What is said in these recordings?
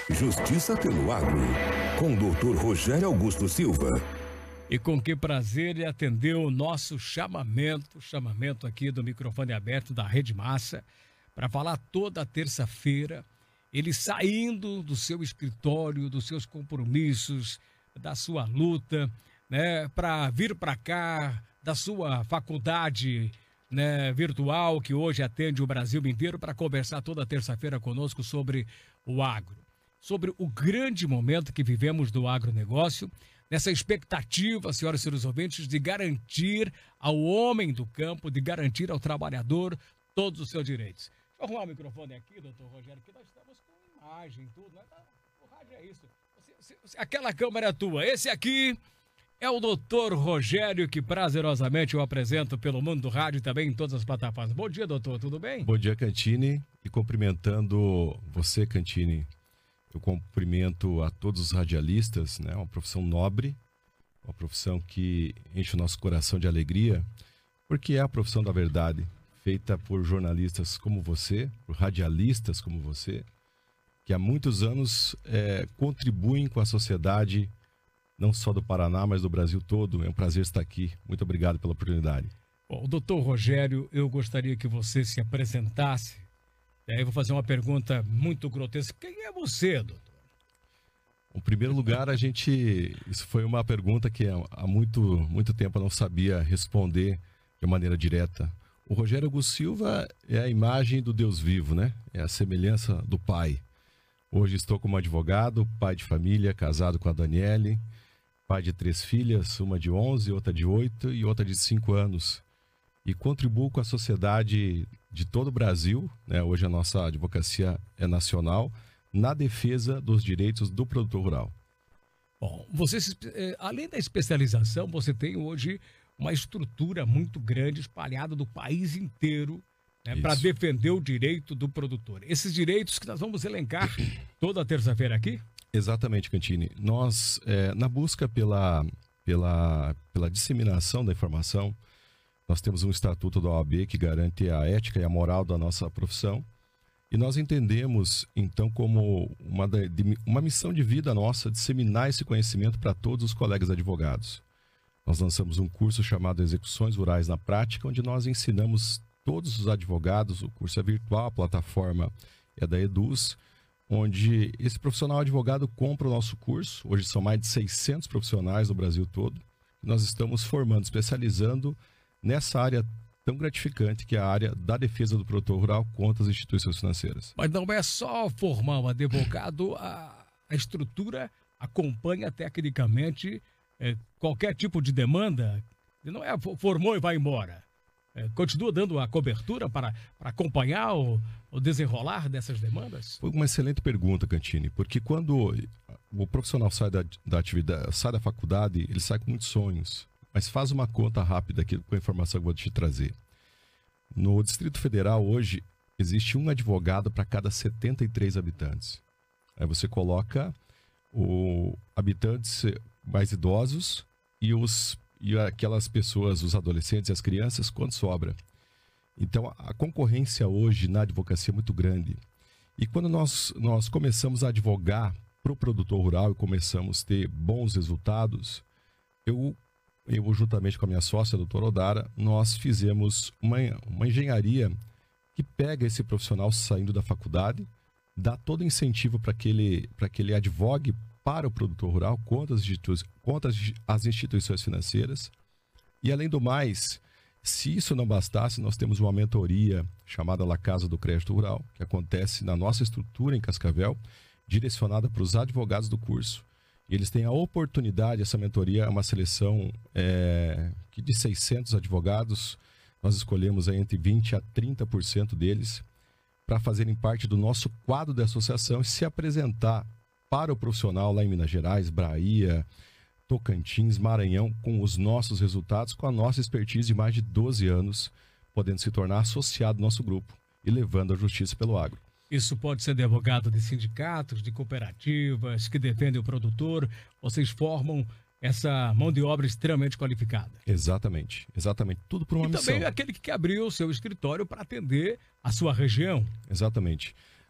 Justiça pelo Agro, com o Dr. Rogério Augusto Silva. E com que prazer ele atendeu o nosso chamamento aqui do microfone aberto da Rede Massa, para falar toda terça-feira, ele saindo do seu escritório, dos seus compromissos, da sua luta, né, para vir para cá, da sua faculdade, né, virtual, que hoje atende o Brasil inteiro, para conversar toda terça-feira conosco sobre o agro, sobre o grande momento que vivemos do agronegócio, nessa expectativa, senhoras e senhores ouvintes, de garantir ao homem do campo, de garantir ao trabalhador todos os seus direitos. Deixa eu arrumar o microfone aqui, doutor Rogério, que nós estamos com imagem, tudo, né? O rádio é isso. Aquela câmera é tua. Esse aqui é o doutor Rogério, que prazerosamente eu apresento pelo mundo do rádio e também em todas as plataformas. Bom dia, doutor, tudo bem? Bom dia, Cantini, e cumprimentando você, Cantini, eu cumprimento a todos os radialistas, né? Uma profissão nobre, uma profissão que enche o nosso coração de alegria, porque é a profissão da verdade, feita por jornalistas como você, por radialistas como você, que há muitos anos contribuem com a sociedade, não só do Paraná, mas do Brasil todo. É um prazer estar aqui. Muito obrigado pela oportunidade. Bom, doutor Rogério, eu gostaria que você se apresentasse. E aí eu vou fazer uma pergunta muito grotesca. Quem é você, doutor? Em primeiro lugar, isso foi uma pergunta que há muito tempo eu não sabia responder de maneira direta. O Rogério Augusto Silva é a imagem do Deus vivo, né? É a semelhança do Pai. Hoje estou como advogado, pai de família, casado com a Daniele, pai de 3 filhas, uma de 11, outra de 8 e outra de 5 anos. E contribuo com a sociedade de todo o Brasil, né? Hoje a nossa advocacia é nacional, na defesa dos direitos do produtor rural. Bom, você, além da especialização, você tem hoje uma estrutura muito grande, espalhada do país inteiro, né, para defender o direito do produtor. Esses direitos que nós vamos elencar toda terça-feira aqui? Exatamente, Cantini. Nós, na busca pela disseminação da informação, nós temos um estatuto da OAB que garante a ética e a moral da nossa profissão. E nós entendemos, então, como uma missão de vida nossa, disseminar esse conhecimento para todos os colegas advogados. Nós lançamos um curso chamado Execuções Rurais na Prática, onde nós ensinamos todos os advogados, o curso é virtual, a plataforma é da Eduz, onde esse profissional advogado compra o nosso curso. Hoje são mais de 600 profissionais no Brasil todo. Nós estamos formando, especializando nessa área tão gratificante que é a área da defesa do produtor rural contra as instituições financeiras. Mas não é só formar um advogado, a estrutura acompanha tecnicamente qualquer tipo de demanda, não é formou e vai embora. Continua dando a cobertura para acompanhar o desenrolar dessas demandas? Foi uma excelente pergunta, Cantini, porque quando o profissional sai da atividade, sai da faculdade, ele sai com muitos sonhos. Mas faz uma conta rápida aqui com a informação que eu vou te trazer. No Distrito Federal, hoje, existe um advogado para cada 73 habitantes. Aí você coloca os habitantes mais idosos e aquelas pessoas, os adolescentes e as crianças, quanto sobra. Então, a concorrência hoje na advocacia é muito grande. E quando nós começamos a advogar para o produtor rural e começamos a ter bons resultados, eu juntamente com a minha sócia, a doutora Odara, nós fizemos uma engenharia que pega esse profissional saindo da faculdade, dá todo incentivo para que ele advogue para o produtor rural contra as instituições financeiras. E, além do mais, se isso não bastasse, nós temos uma mentoria chamada La Casa do Crédito Rural, que acontece na nossa estrutura em Cascavel, direcionada para os advogados do curso. E eles têm a oportunidade, essa mentoria é uma seleção que de 600 advogados, nós escolhemos entre 20% a 30% deles para fazerem parte do nosso quadro de associação e se apresentar para o profissional lá em Minas Gerais, Bahia, Tocantins, Maranhão, com os nossos resultados, com a nossa expertise de mais de 12 anos, podendo se tornar associado do nosso grupo e levando a justiça pelo agro. Isso pode ser advogado de sindicatos, de cooperativas, que defendem o produtor. Vocês formam essa mão de obra extremamente qualificada. Exatamente. Tudo por uma missão. E também aquele que abriu o seu escritório para atender a sua região. Exatamente.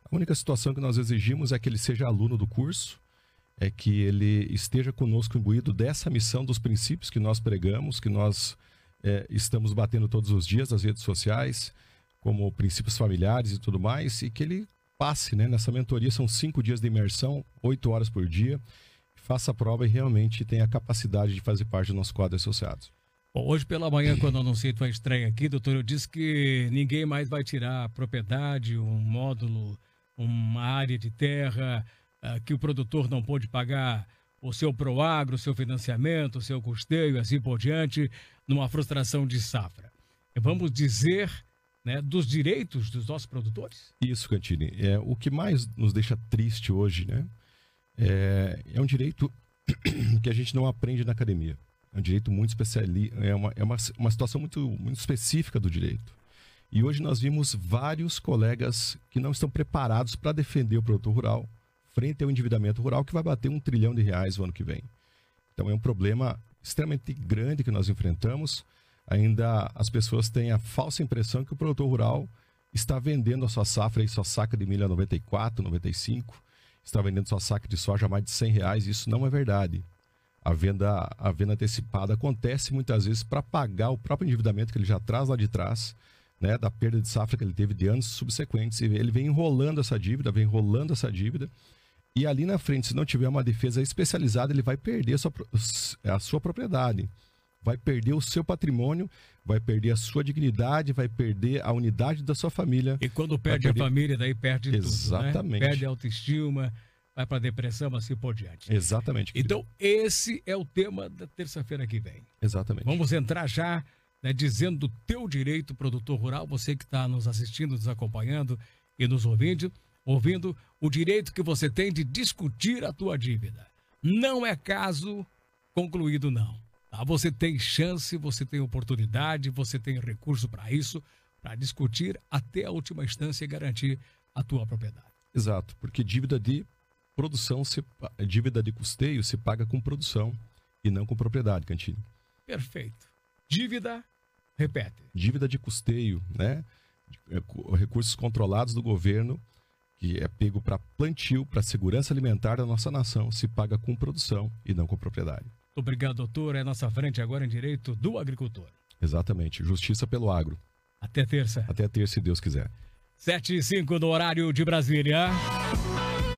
A única situação que nós exigimos é que ele seja aluno do curso, é que ele esteja conosco imbuído dessa missão, dos princípios que nós pregamos, que nós estamos batendo todos os dias nas redes sociais, como princípios familiares e tudo mais, e que ele passe, né, nessa mentoria. São 5 dias de imersão, 8 horas por dia, faça a prova e realmente tenha a capacidade de fazer parte do nosso quadro de associados. Bom, hoje pela manhã, quando eu anunciei tua estreia aqui, doutor, eu disse que ninguém mais vai tirar a propriedade, um módulo, uma área de terra, que o produtor não pôde pagar o seu proagro, o seu financiamento, o seu custeio e assim por diante, numa frustração de safra. Vamos dizer, né, dos direitos dos nossos produtores? Isso, Cantini. O que mais nos deixa triste hoje, né? É um direito que a gente não aprende na academia. É um direito muito especialista, é uma situação muito específica do direito. E hoje nós vimos vários colegas que não estão preparados para defender o produtor rural frente ao endividamento rural, que vai bater R$1 trilhão no ano que vem. Então é um problema extremamente grande que nós enfrentamos. Ainda as pessoas têm a falsa impressão que o produtor rural está vendendo a sua safra, sua saca de milho a 94, 95, está vendendo sua saca de soja a mais de R$100. Isso não é verdade. A venda antecipada acontece muitas vezes para pagar o próprio endividamento que ele já traz lá de trás, né, da perda de safra que ele teve de anos subsequentes. Ele vem enrolando essa dívida, e ali na frente, se não tiver uma defesa especializada, ele vai perder a sua propriedade, vai perder o seu patrimônio, vai perder a sua dignidade, vai perder a unidade da sua família. E quando perde a família, daí perde Exatamente. Tudo, né? Perde a autoestima, vai para depressão, assim por diante. Exatamente. Então, esse é o tema da terça-feira que vem. Exatamente. Vamos entrar já, né, dizendo do teu direito, produtor rural, você que está nos assistindo, nos acompanhando e nos ouvindo o direito que você tem de discutir a tua dívida. Não é caso concluído, não. Tá? Você tem chance, você tem oportunidade, você tem recurso para isso, para discutir até a última instância e garantir a tua propriedade. Exato, porque dívida de produção, dívida de custeio se paga com produção e não com propriedade, Cantini. Perfeito. Dívida, repete. Dívida de custeio, né? Recursos controlados do governo, que é pego para plantio, para segurança alimentar da nossa nação, se paga com produção e não com propriedade. Muito obrigado, doutor. É nossa frente agora em direito do agricultor. Exatamente. Justiça pelo agro. Até terça. Até terça, se Deus quiser. 7h05 no horário de Brasília.